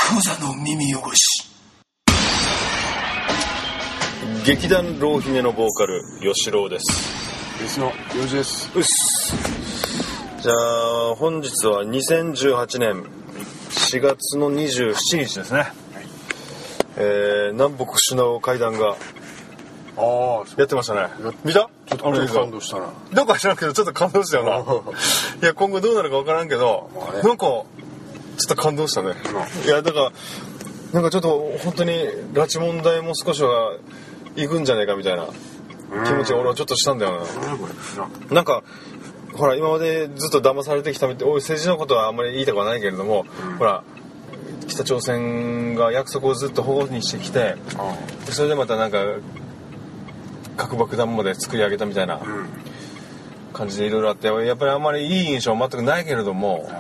クザの耳汚し。 劇団浪姫のボーカル吉郎です。 ベースのようじです。 うっす。じゃあ本日は2018年4月の27日ですね、南北首脳会談がやってましたね。見た？ ちょっと感動したな。 なんか知らんけどちょっと感動したよな。いや今後どうなるか分からんけど、なんかちょっと感動したね。いやだからなんかちょっと本当に拉致問題も少しは行くんじゃねえかみたいな気持ちが俺はちょっとしたんだよな。なんかほら今までずっと騙されてきたみたい、政治のことはあんまり言いたくはないけれども、ほら北朝鮮が約束をずっと保護にしてきて、それでまたなんか核爆弾まで作り上げたみたいな感じでいろいろあって、やっぱりあんまりいい印象は全くないけれども、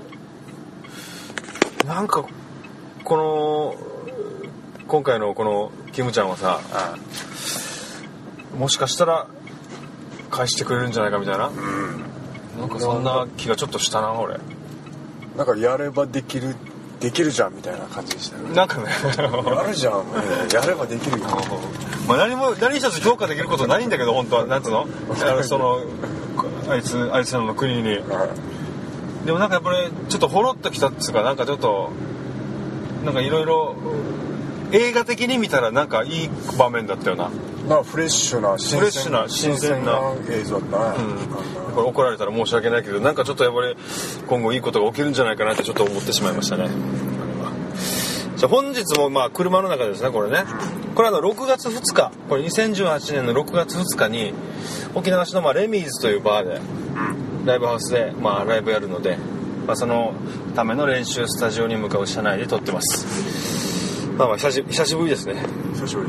なんかこの今回のこのキムちゃんはさ、もしかしたら返してくれるんじゃないかみたいな、なんかそんな気がちょっとしたな俺。 なんかやればできるじゃんみたいな感じでしたね。 なんかねやるじゃん、やればできるよ。 まあ何一つ評価できることないんだけど本当はなんつうのそのあいつらの国に、でもなんかやっぱりちょっとほろっときたっつうか、なんかちょっとなんかいろいろ映画的に見たらなんかいい場面だったよな。 なんかフレッシュな新鮮な映像だったね。 これ怒られたら申し訳ないけど、なんかちょっとやっぱり今後いいことが起きるんじゃないかなってちょっと思ってしまいましたね。じゃあ本日もまあ車の中ですねこれね。これ6月2日、これ2018年の6月2日に沖縄市のレミーズというバーでライブハウスでライブやるので、そのための練習スタジオに向かう車内で撮ってます。久しぶりですね。 久しぶり。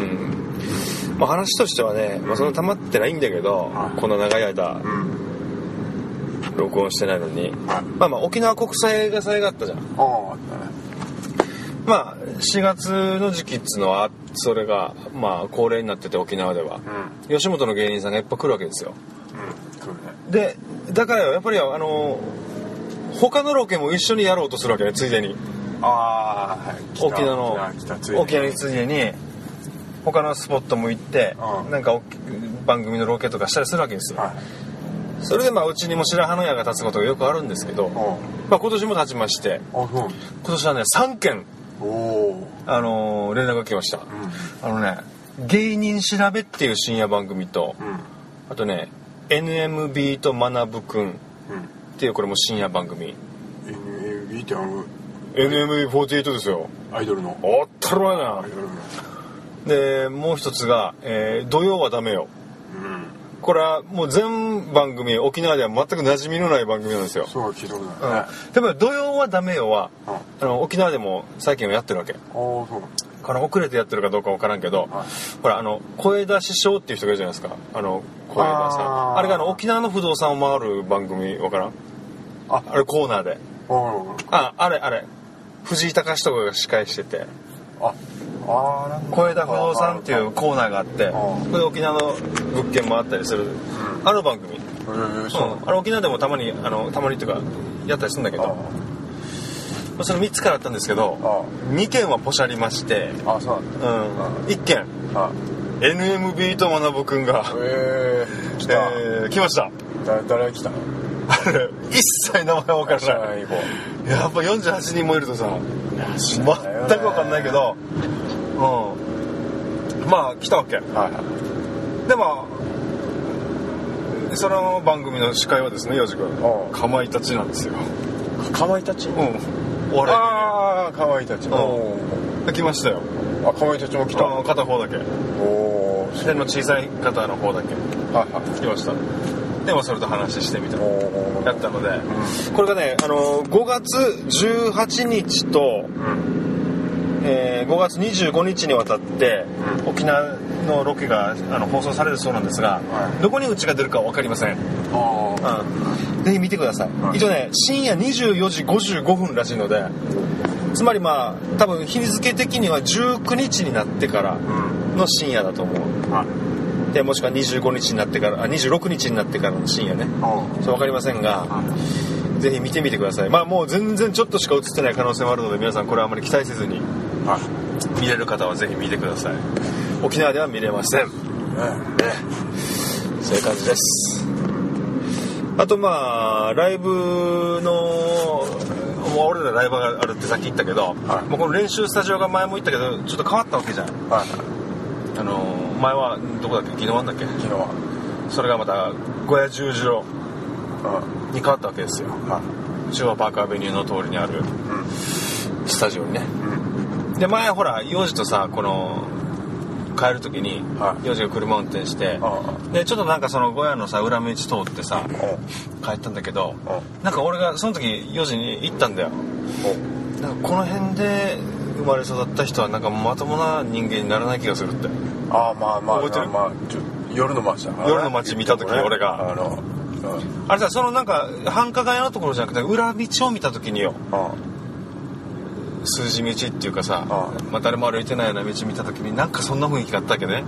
話としてはね、そんな溜まってないんだけど、こんな長い間、録音してないのに、沖縄国際映画祭があったじゃん。 あったね。 4月の時期っつうのはそれが恒例になってて、沖縄では、吉本の芸人さんがいっぱい来るわけですよ。 来るね。 でだからやっぱり他のロケも一緒にやろうとするわけね、ついでに。沖縄についでに他のスポットも行って、なんか番組のロケとかしたりするわけですよ。それでうちにも白羽の矢が立つことがよくあるんですけど、今年も立ちまして、今年はね3件連絡が来ました。芸人調べっていう深夜番組と、あとね NMB と学ぶくんっていうこれも深夜番組。 NMB って NMB48 ですよ、 アイドルの。 おったろやな。でもう一つが、土曜はダメよ。これはもう全番組沖縄では全く馴染みのない番組なんですよ。 そう聞いたことないね。 でも土曜はダメよは、沖縄でも最近はやってるわけ。 そう遅れてやってるかどうか分からんけど、ほら小枝師匠っていう人がいるじゃないですか。小枝さん、あれが沖縄の不動産を回る番組分からん？あれコーナーで、あれ藤井隆とかが司会してて、小枝不動産っていうコーナーがあって、これで沖縄の物件もあったりする番組。沖縄でもたまにっていうかやったりするんだけど、その3つからあったんですけど、2件はポシャりまして、1件 NMB と学ぶくんが来ました。 誰が来たの？ 一切名前分からない。やっぱ48人もいるとさ全く分かんないけど、来たわけ。でその番組の司会はですね、よじくんかまいたちなんですよ。 かまいたち？ お笑いかまいたち。 来ましたよ。 かまいたちも来た。 片方だけ。手の小さい方の方だけ来ました。でもそれと話してみたやったので、これがね5月18日と、5月25日にわたって沖縄のロケが放送されるそうなんですが、どこにうちが出るか分かりません。ぜひ見てください。一応ね深夜24時55分らしいので、つまり多分日付的には19日になってからの深夜だと思う。でもしくは25日になってから26日になってからの深夜ね、そう分かりませんが、 ぜひ見てみてください。まあもう全然ちょっとしか映ってない可能性もあるので、皆さんこれはあまり期待せずに見れる方はぜひ見てください。沖縄では見れません、そういう感じです。あとまあライブのもう俺らライブがあるってさっき言ったけど、もうこの練習スタジオが前も言ったけどちょっと変わったわけじゃん。前はどこだっけ、宜野湾だっけ。 昨日はそれがまた小屋十字路に変わったわけですよ。中央パークアベニューの通りにあるスタジオにね、で前ほら幼児とさこの帰る時に幼児が車運転してでちょっとなんかその小屋のさ裏道通ってさ帰ったんだけど、なんか俺がその時幼児に言ったんだよ。なんかこの辺で生まれ育った人はなんかまともな人間にならない気がするって。 まあ夜の街だから、ね、 夜の街見た時に俺があれさ、そのなんか繁華街のところじゃなくて裏道を見た時によ、数字道っていうかさ、まあ、誰も歩いてないような道見た時になんかそんな雰囲気があったわけね、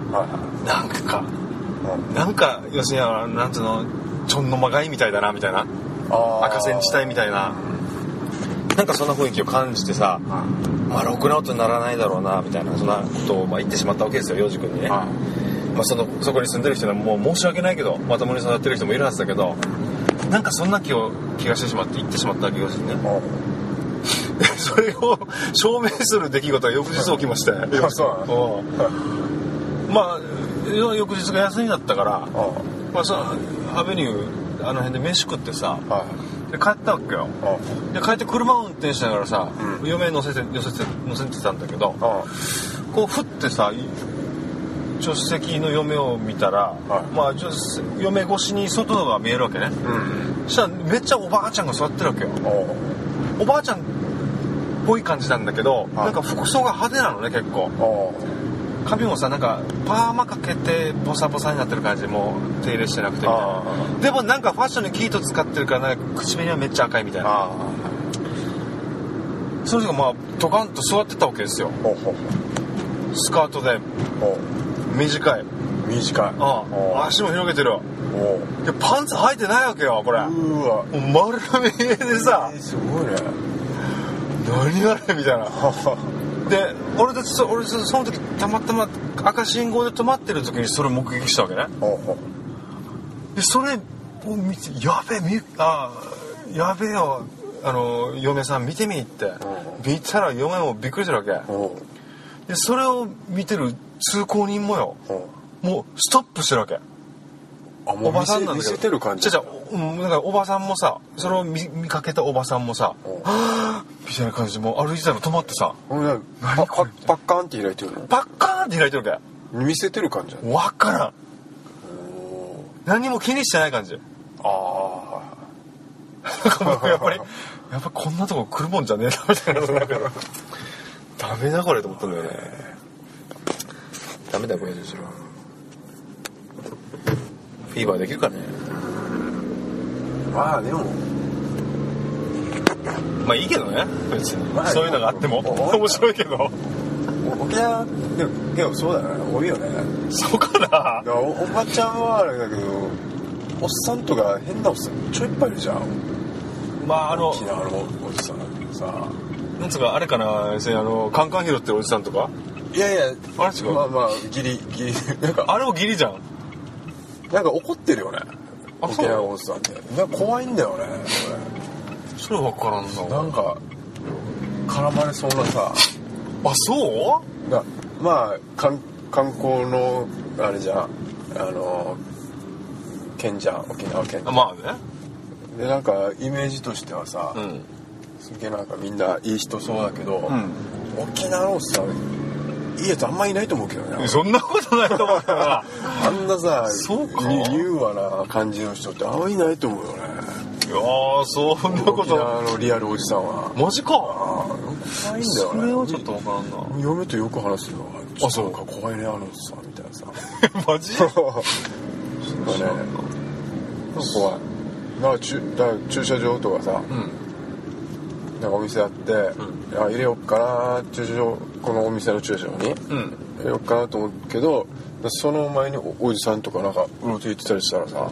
なんか要するになんつうのちょんのまがいみたいだなみたいな、赤線地帯みたいな、なんかそんな雰囲気を感じてさ、まあろくなことにならないだろうなみたいな、そんなことをまあ言ってしまったわけですよ、洋二君にね。まあ、そこに住んでる人はもう申し訳ないけどまともに育ってる人もいるはずだけど、なんかそんな気がしてしまって言ってしまったわけですね。それを証明する出来事は翌日起きましたよ。まあ翌日が休みだったから、まあ、アベニューあの辺で飯食ってさ、で帰ったわけよ。で帰って車を運転しながらさ、嫁乗せてたんだけど、こうふってさ助手席の嫁を見たら、まあ嫁越しに外が見えるわけね。そしたらめっちゃおばあちゃんが座ってるわけよ。おばあちゃんっぽい感じなんだけど、なんか服装が派手なのね結構。髪もさなんかパーマかけてボサボサになってる感じで、もう手入れしてなくてみたいな。でもなんかファッションにキート使ってるからなんか口紅はめっちゃ赤いみたいな。その人がまあドカンと座ってたわけですよ。スカートで短い足も広げてる。でパンツ履いてないわけよこれ。うわ丸見えでさ、 すごいね、 何あれみたいな。で俺その時たまたま赤信号で止まってる時にそれ目撃したわけね。でそれを見てやべえよ嫁さん見てみって見たら嫁もびっくりするわけで、それを見てる通行人もよ、もうストップしてるわけ。おばさんなんだけど見せてる感じ。 だからおばさんもさ、それを 見かけたおばさんもさ、はぁみたいな感じでもう歩いてたら止まってさ、 パッカーンって開いてるの。 パッカーンって開いてるわけ。 見せてる感じ。 わからん。何も気にしてない感じ。やっぱこんなとこ来るもんじゃねえなみたいな。ダメだこれと思ったんだよね。ダメだこれでしょ。フィーバーできるかね。 まあでもまあいいけどね別に、まあ、そういうのがあっても面白いけど。 沖縄でもそうだよね、多いよね。 そうかな。 おばちゃんはあれだけど、おっさんとか変なおっさんちょいっぱいいるじゃん。 まあ沖縄のおじさんさ、 なんつうかあれかな、カンカン拾ってるおじさんとか。 いやいやあれ違う。 まあギリなんかあれもギリじゃん。 なんか怒ってるよね。沖縄のおじさんってなんか怖いんだよね。 それ分からんな。 なんか絡まれそうなさ。 あ、そう？ まあ観光のあれじゃん、県じゃん、沖縄県。 まあね。 でなんかイメージとしてはさ、すげえなんかみんないい人そうだけど、沖縄のさいいやつあんまいないと思うけどね。 そんなことないと思うからあんなさ優和な感じの人ってあんまいないと思うよね。 いやー、そんなこと。 沖縄のリアルおじさんはマジか。 怖いんだよね。 それはちょっと分からんな。 嫁とよく話すよ。 あ、そうか怖いねあのおじさんみたいなさマジそうだね、怖い。なんか駐車場とかさ、なんかお店あって、入れよっかな駐車場、このお店の駐車場に、入れよっかなと思うけど、その前に おじさんとかなんかうろついてたりしたらさ、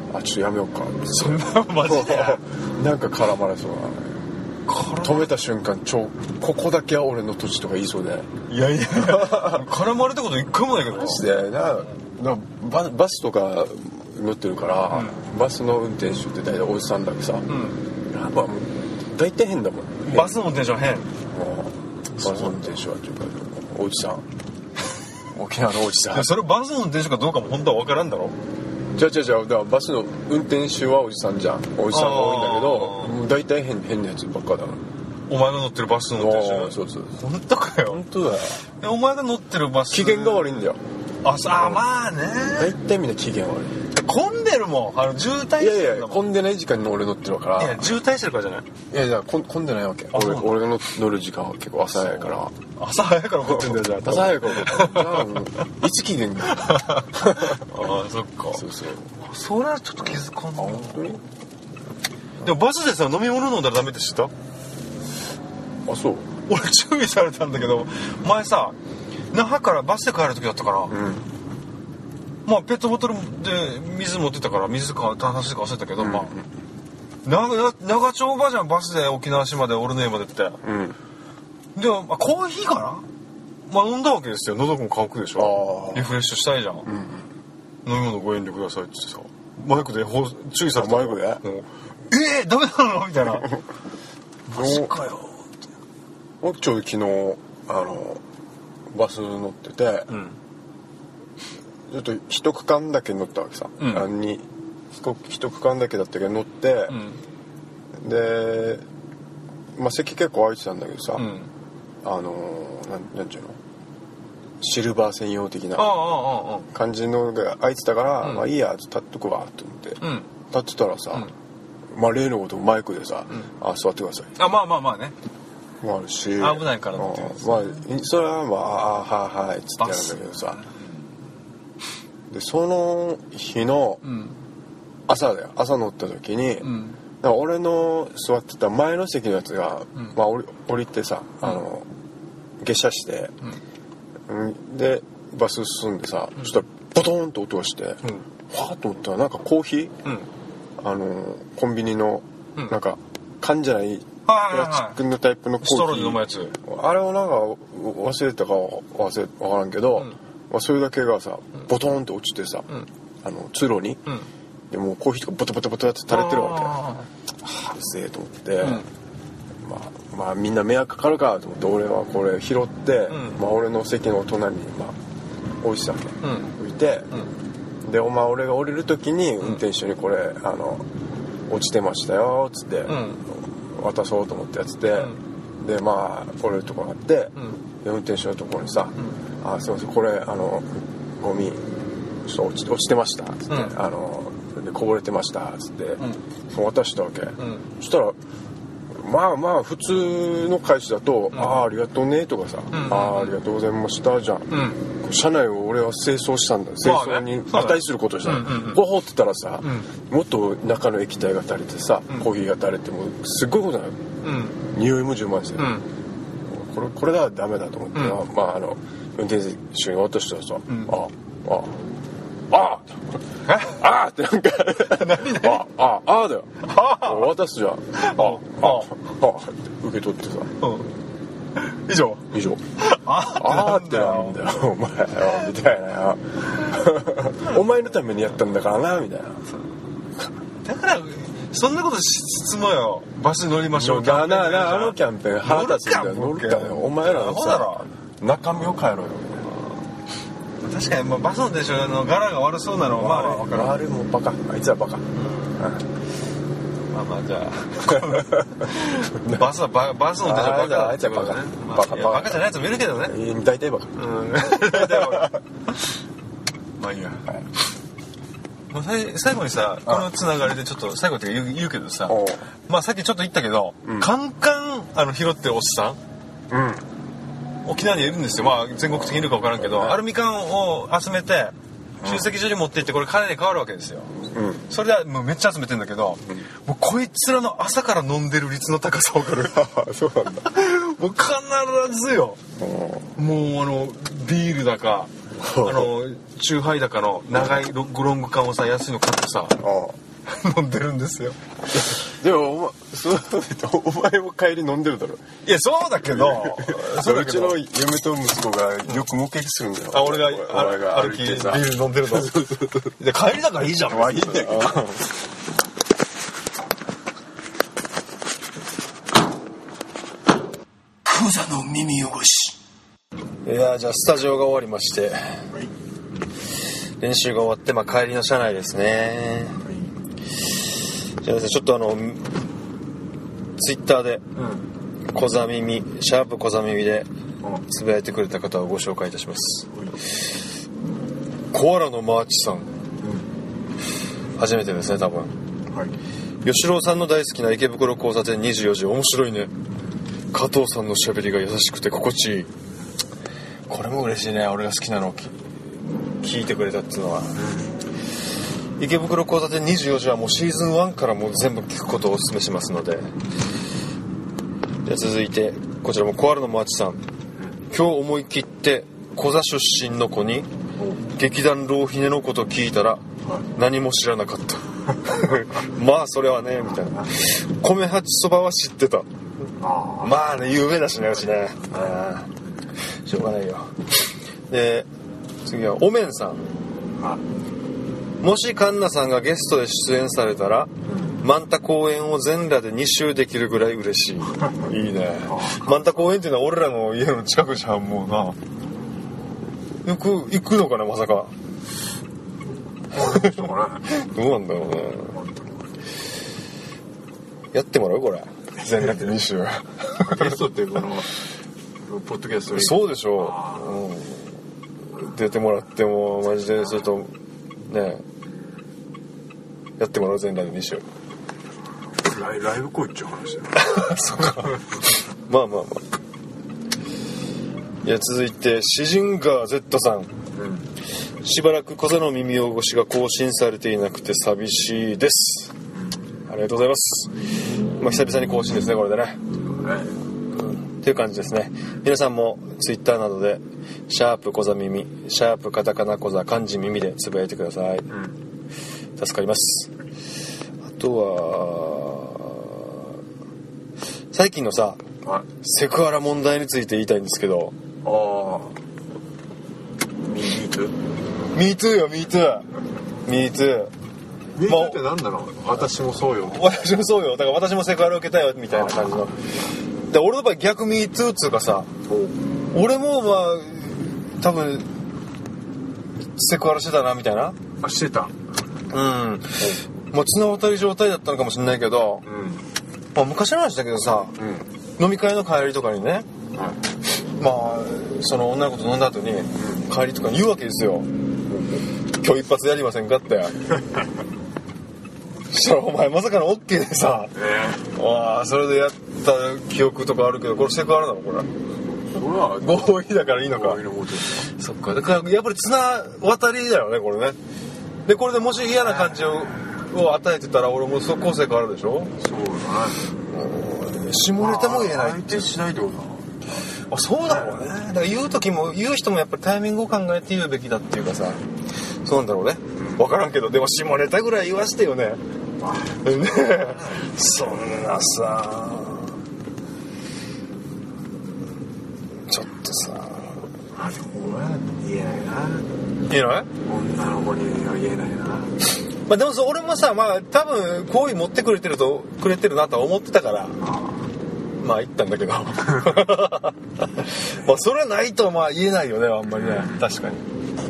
あちょっとやめようかそんなマジでなんか絡まれそうなね止めた瞬間ここだけは俺の土地とか言いそうでいや絡まれたこと一回もないけどマジでバスとか乗ってるから、バスの運転手って大体おじさんだけさ、やっぱもう大体変だもんバスの運転手は変バスの運転手はというかおじさん沖縄のおじさんそれバスの運転手かどうかも本当は分からんだろ違うだからバスの運転手はおじさんじゃんおじさんが多いんだけどもう大体変なやつばっかだなお前が乗ってるバスの運転手そう本当かよ本当だよお前が乗ってるバス機嫌が悪いんだよまあね大体みんな機嫌悪い混んでるもん渋滞してるんだもん混んでない時間に俺乗ってるからいや渋滞してるからじゃないいや混んでないわけ俺が乗る時間は結構朝早いから朝早いから怒ってんだよじゃあ朝早いから怒ってんだよいつ機嫌がああそっかそうそれはちょっと気づかんな本当にでもバスでさ飲み物飲んだらダメって知ったあそう俺注意されたんだけど前さ那覇からバスで帰る時だったから、まあペットボトルで水持ってたから水か炭酸水か忘れたけど、まあ長丁場じゃんバスで沖縄市までオルネーまでって、で、コーヒーかなまあ飲んだわけですよ喉も乾くでしょリフレッシュしたいじゃん、飲み物ご遠慮くださいって言ってさマイクで注意されたマイクでダメなのみたいなマジかよ僕ちょうど昨日バス乗ってて、ちょっと一区間だけ乗ったわけさ、一区間だけだったけど乗って、で、まあ、席結構空いてたんだけどさ、なんていうのシルバー専用的な感じのが空いてたから、まあいいや立っとくわと思って、立ってたらさ、まあ例のことマイクでさ、座ってくださいまあねもあるし危ないからってまあそれはまあはいっつってやるんだけどさでその日の朝乗った時に、俺の座ってた前の席のやつが、まあ、降りてさ下車して、でバス進んでさ、そしたらボトンと音がして、わーっと思ったらなんかコーヒー、コンビニのなんか缶じゃないプラスチックのタイプのコーヒーストローで飲むやつあれをなんか忘れたか分からんけど、まあ、それだけがさボトンって落ちてさ、通路に、でもうコーヒーとかボトボトボトって垂れてるわけうるせえと思って、まあみんな迷惑かかるかと思って俺はこれ拾って、まあ、俺の席の隣にまあ置いてたわけ、置いて、でお前俺が降りる時に運転手にこれ落ちてましたよっつって、渡そうと思ってやってて、でまあ降りるとこがあって、で運転手のところにさ「すいませんこれゴミちょっと落ちてました」っつって、でこぼれてましたっつって、渡したわけ、そしたらまあ普通の会社だと「ありがとうね」とかさ「ありがとうございました」じゃん、車内を俺は清掃したんだ清掃に値することしたこれ放ってたらさ、もっと中の液体が垂れてさ、コーヒーが垂れてもすっごいことになる、匂いも充満してる、これだダメだと思って、まあ運転手に渡したらさ、ってなんかだよ渡すじゃんって受け取ってさ、 以上ってなんだよお前みたいなお前のためにやったんだからなみたいなだからそんなこと進もうよバス乗りましょうあのキャンペーン腹立つんだよ乗るかよお前らのさ中身を変えろよ確かに、バスの電車の柄が悪そうなのは分かるあれもバカあいつらバカ、 まあじゃあバスの電車バカあいつらバカバカじゃないやつもいるけどね大体バカ大体バカまあいいや、最後にさこのつながりでちょっと最後って言うけどさまあさっきちょっと言ったけど、カンカン拾ってるおっさん、沖縄にいるんですよ。まあ全国的にいるか分からんけど、アルミ缶を集めて集積所に持って行ってこれ金で変わるわけですよ、それでもうめっちゃ集めてんだけど、もうこいつらの朝から飲んでる率の高さ分かるそうなんだもう必ずよ、もうビールだかチューハイ高の長いロング缶をさ、安いの買ってさ飲んでるんですよ。 でもお前も帰り飲んでるだろ。 いやそうだけどうちの嫁と息子がよく目撃するんだよ。 俺が歩きビール飲んでるので帰りだからいいじゃん。 いいんだけどクザの耳汚し。 いやじゃあスタジオが終わりまして、練習が終わって、帰りの車内ですね。じゃあちょっとツイッターで小座耳シャープ小座耳でつぶやいてくれた方をご紹介いたします。コアラのマーチさん、初めてですね多分。吉郎さんの大好きな池袋交差点24時面白いね。加藤さんの喋りが優しくて心地いい。これも嬉しいね。俺が好きなのを聞いてくれたっていうのは、池袋交差点24時はもうシーズン1からもう全部聞くことをお勧めしますので。で続いてこちらもコアラのマーチさん、今日思い切ってコザ出身の子に劇団ローヒネのこと聞いたら何も知らなかったまあそれはねみたいな。米八そばは知ってた。まあね有名だしねうちね。しょうがないよ。で次はおめんさん、もしカンナさんがゲストで出演されたらマンタ公園を全裸で2周できるぐらい嬉しい。いいね。マンタ公園っていうのは俺らの家の近くじゃん。もうな行くのかなまさかどうなんだろうね。やってもらうこれ全裸で2周ゲストってこのポッドキャストにそうでしょう、出てもらってもマジでちょっとねやってもらう全裸で2周ライブ来いっちゅう話だよそうかまあいや続いてシジンガー Z さん、しばらく小座の耳汚しが更新されていなくて寂しいです、ありがとうございます。久々に更新ですねこれでね、っていう感じですね。皆さんもツイッターなどでシャープ小座耳シャープカタカナ小座漢字耳でつぶやいてください、助かります。あとは最近のさセクハラ問題について言いたいんですけど。MeToo よ MeToo ってなんだろう。私もそうよ。 私もそうよ。だから私もセクハラ受けたよみたいな感じの。で俺の場合逆 MeToo っつうかさ、俺も多分セクハラしてたなみたいな。 してた。 綱渡り状態だったのかもしれないけど、昔の話だけどさ、飲み会の帰りとかにね、その女の子と飲んだ後に帰りとかに言うわけですよ。今日一発やりませんかってそしたらお前まさかの OK でさ、それでやった記憶とかあるけど、これセクハラなのこれ。合意だからいいのか。そっか。だからやっぱり綱渡りだよねこれね。でこれでもし嫌な感じを与えてたら俺も速攻セクハラでしょ。 そうだね。 下ネタも言えない。 相手しないってことだ。 そうだろうね。だから言う時も言う人もやっぱりタイミングを考えて言うべきだっていうかさ、そうなんだろうね。分からんけど、でも下ネタぐらい言わしてよね。そんなさちょっとさ。 でも俺は言えないな。 言えない？ 女の子には言えないな。 でも俺もさ、多分好意持ってくれてるなとは思ってたから言ったんだけどそれはないと言えないよねあんまりね。確かに。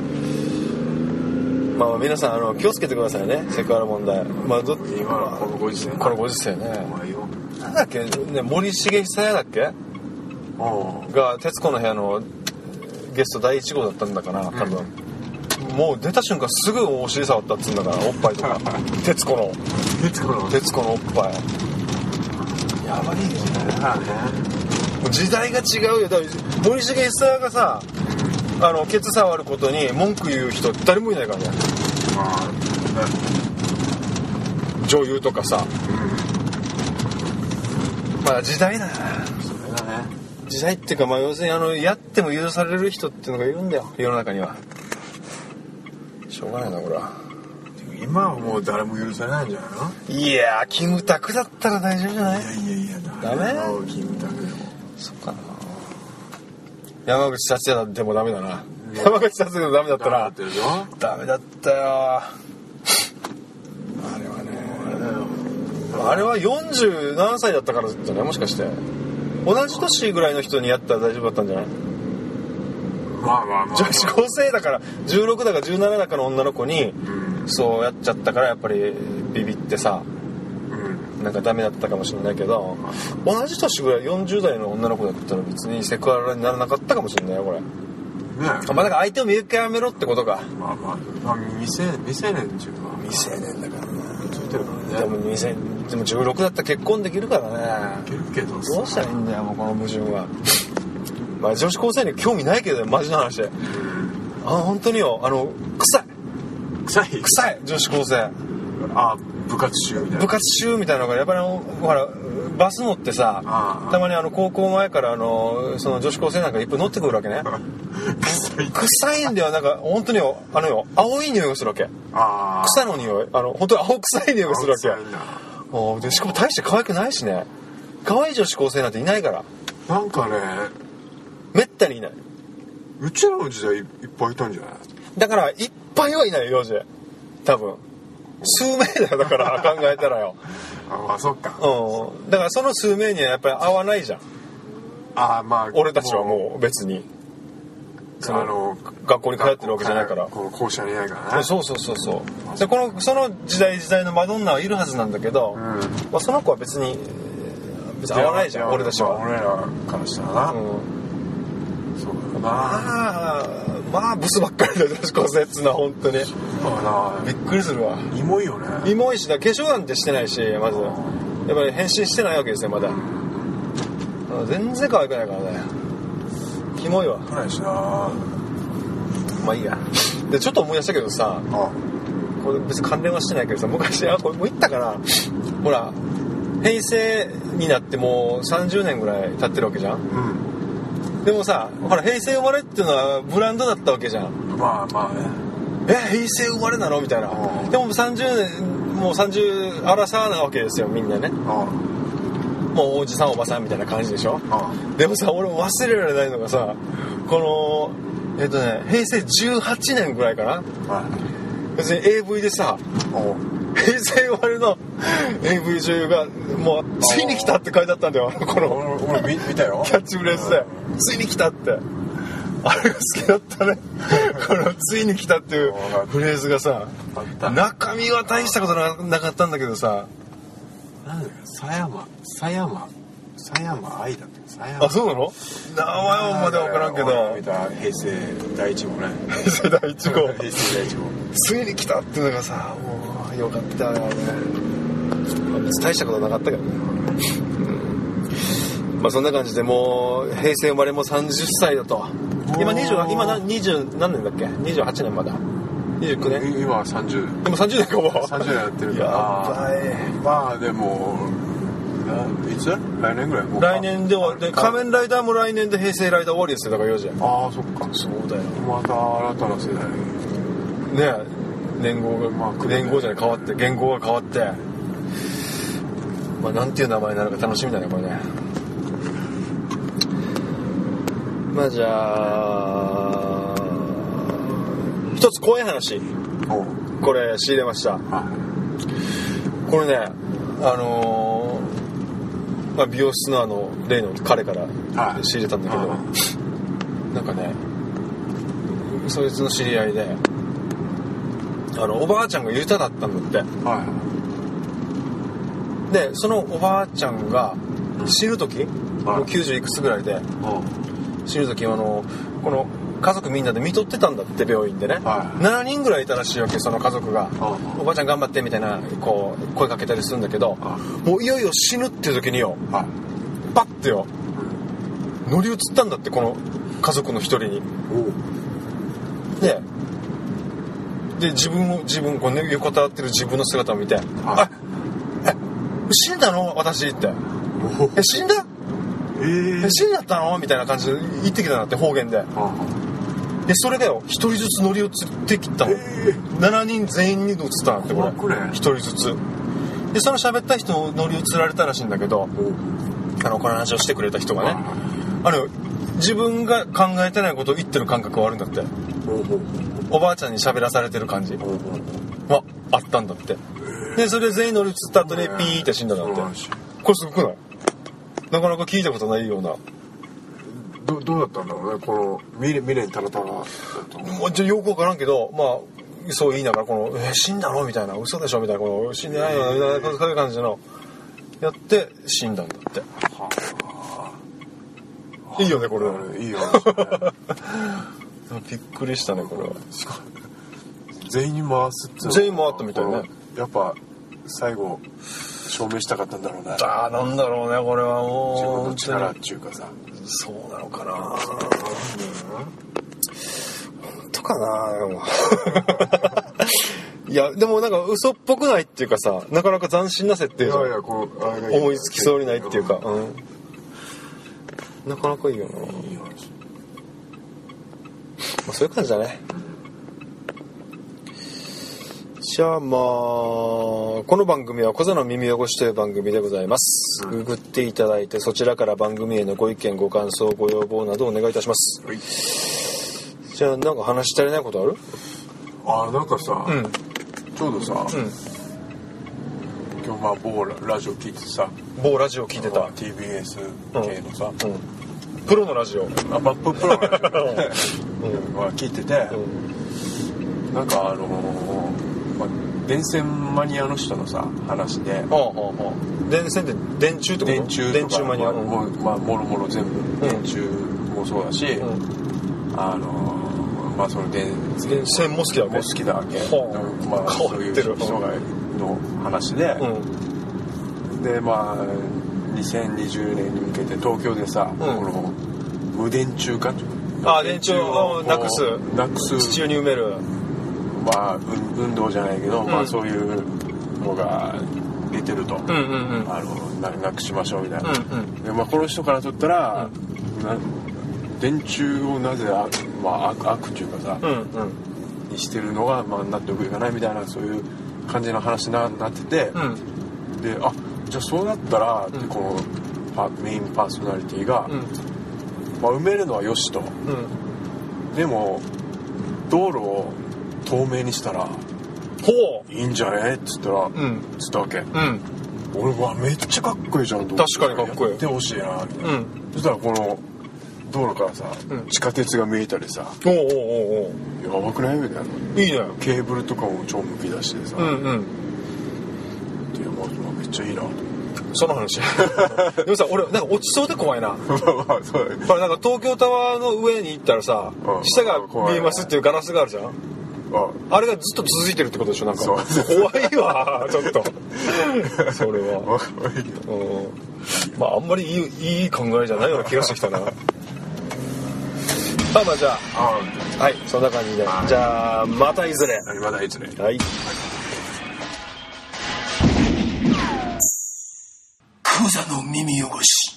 皆さん気をつけてくださいねセクハラ問題。 今このご時世ね。なんだっけね、森重久彌だっけが徹子の部屋のゲスト第1号だったんだかな多分、もう出た瞬間すぐお尻触ったっつうんだからおっぱいとか徹子のおっぱいやばいよね。もう時代が違うよ。だから森重久彌がさケツ触ることに文句言う人誰もいないからね。女優とかさ、時代だよね。 それだね。 時代っていうか要するにやっても許される人っていうのがいるんだよ世の中には。 しょうがないなこれは。 今はもう誰も許されないんじゃないの？ いやーキムタクだったら大丈夫じゃない？ いやダメ？ キムタクでも。 そっかな。山口達也でもダメだな。山口達也でもダメだったらダメだったよ。あれはね、あれは40何歳だったからじゃない？もしかして同じ年ぐらいの人にやったら大丈夫だったんじゃない？ まあ女子高生だから16だか17だかの女の子にそうやっちゃったからやっぱりビビってさ、なんかダメだったかもしれないけど、同じ年ぐらい40代の女の子だったら別にセクハラにならなかったかもしれないよこれ。 まあだから相手を見極めろってことか。 まあ未成年っていうのは未成年だからね。 ついてるからね。 でも16だったら結婚できるからね。 いけるけどさ、 どうしたらいいんだよもうこの矛盾は。まあ女子高生に興味ないけどねマジな話で。本当によ臭い女子高生。 部活集みたいな。 部活集みたいなのがやっぱりほらバス乗ってさ、たまに高校前からその女子高生なんかいっぱい乗ってくるわけね。臭いんだよ。なんか本当によ青い匂いがするわけ。草の匂い本当に青臭い匂いがするわけ。でしかも大して可愛くないしね。可愛い女子高生なんていないから。 なんかねめったにいない。 うちらの時代いっぱいいたんじゃない？ だからいっぱいはいないよ幼児多分数名だよ。だから考えたらよ。 そっか。 だからその数名にはやっぱり合わないじゃん。俺たちはもう別に学校に通ってるわけじゃないから。 この校舎にいないからね。 そうでその時代のマドンナはいるはずなんだけど、その子は別に合わないじゃん俺たちは。 俺らからしたらな。そうだな。 まあブスばっかりだ女子高生っつうのは本当にびっくりするわ。 イモいよね。 イモいしだ。化粧なんてしてないしまずやっぱり変身してないわけですよまだ。全然可愛くないからね。キモいわ。 ないしな。 まあいいや。でちょっと思い出したけどさ、これ別に関連はしてないけどさ、昔これもう言ったかな。ほら平成になってもう30年ぐらい経ってるわけじゃん。でもさ、ほら平成生まれっていうのはブランドだったわけじゃん。 まあね。 平成生まれなのみたいな。でも30アラサーなわけですよみんなね。もうおじさんおばさんみたいな感じでしょ。でもさ俺も忘れられないのがさ、この平成18年ぐらいかな。別に AV でさ、平成生まれの AV 女優がもうついに来たって書いてあったんだよ。この俺見たよ。 キャッチフレーズでついに来たって。あれが好きだったね。このついに来たっていうフレーズがさ、中身は大したことなかったんだけどさ、 なんだよ。狭山愛だっけ。 そうなの？名前まで分からんけど。 見た平成第一号ね。 平成第一号。 平成第一号。 ついに来たっていうのがさ、もうよかったよね。大したことなかったけどね。まあそんな感じでもう平成生まれも30歳だと。今20何年だっけ？28年まだ。29年？ 今は30。 でも30年かも。 30年やってるから。 やばい。 まあでもいつ？来年ぐらい。 来年で仮面ライダーも来年で平成ライダー終わりですよ。だから4時。 そっか。 そうだよ。 また新たな世代。 ねえ年号じゃない変わって言語が変わって。まあなんていう名前になるか楽しみだねこれね。まあじゃあ一つ怖い話これ仕入れました。これね美容室の例の彼から仕入れたんだけど、なんかねそいつの知り合いでおばあちゃんがユタだったんだって。でそのおばあちゃんが死ぬ時、もう90いくつぐらいで死ぬ時この家族みんなで見とってたんだって病院でね、7人ぐらいいたらしいわけ。その家族がおばあちゃん頑張ってみたいなこう声かけたりするんだけど、もういよいよ死ぬっていう時によ、パッてよ乗り移ったんだって、この家族の一人に。で自分こう、ね、横たわってる自分の姿を見て、死んだの私って死んだ死んだったのみたいな感じで言ってきたんだって、方言で。 でそれだよ、1人ずつ乗り移ってきたの、7人全員に移ったんだってこれ1人ずつで、その喋った人乗り移られたらしいんだけど、この話をしてくれた人がね、自分が考えてないことを言ってる感覚はあるんだって。おばあちゃんに喋らされてる感じはあったんだって。でそれ全員乗り移った後でピーって死んだんだって。これすごくない？なかなか聞いたことないような。 どうだったんだろうね、この未練たらたらだと。 じゃあよくわからんけど、まあそう言いながらこの死んだのみたいな、嘘でしょみたいな、この死んでないよみたいな、そういう感じのやって死んだんだって。いいよねこれ。 いいよ。 びっくりしたねこれは。 全員に回すって全員回ったみたいね。 やっぱ最後証明したかったんだろうね。 なんだろうねこれはもう。 自分の力っていうかさ。 そうなのかな。本当かな。いやでもなんか嘘っぽくないっていうかさ、なかなか斬新な設定じゃん。思いつきそうにないっていうか、なかなかいいよな。そういう感じだね。じゃあまあこの番組は小座の耳汚しという番組でございます。ググっていただいて、そちらから番組へのご意見ご感想ご要望などお願いいたします。はい、じゃあなんか話し足りないことある？ なんかさ、ちょうどさ、今日まあ某ラジオ聞いてさ、 某ラジオ聞いてた TBS 系のさ、 プロのラジオ、 プロのラジオ聞いてて、なんか電線マニアの人のさ話で、 電線って電柱ってこと？ 電柱マニア、もろもろ全部電柱もそうだし、まあその電線も好きだわけ？ 好きだわけ。 まあそういう人がの話で、でまあ2020年に向けて東京でさ、この無電柱化、 電柱をなくす地中に埋める、 まあ運動じゃないけど、まあそういうのが出てると、なくしましょうみたいな。でまあこの人からとったら、電柱をなぜ悪っていうかさ、にしてるのがまあ納得いかないみたいな、そういう感じの話になってて、でじゃあそうなったら、このメインパーソナリティが、埋めるのはよしと、でも道路を透明にしたらいいんじゃねっつったら、つったわけ、俺はめっちゃかっこいいじゃんと思って。 確かにかっこいい。 やってほしいなみたいな、そしたらこの道路からさ、地下鉄が見えたりさ、やばくないみたいな。 いいね。 ケーブルとかも超むき出してさ、でめっちゃいいなと思って。 その話でもさ、俺なんか落ちそうで怖いな。 そうだね。 これなんか東京タワーの上に行ったらさ、下が見えますっていうガラスがあるじゃん。あれがずっと続いてるってことでしょ。なんか怖いわちょっとそれはまああんまりいい考えじゃないような気がしてきたな。まあじゃあはい、そんな感じで、じゃあまたいずれ。はい。 クザの耳汚し。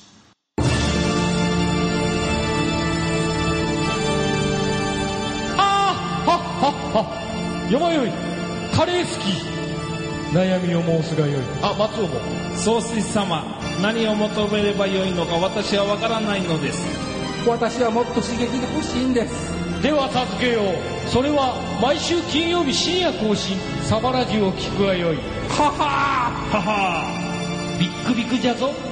よまよい、カレー好き。悩みを申すがよい。松尾も。 総帥様、何を求めればよいのか私は分からないのです。 私はもっと刺激が欲しいんです。では授けよう。それは毎週金曜日深夜更新、サバラジュを聞くがよい。ははーははー、ビックビックじゃぞ。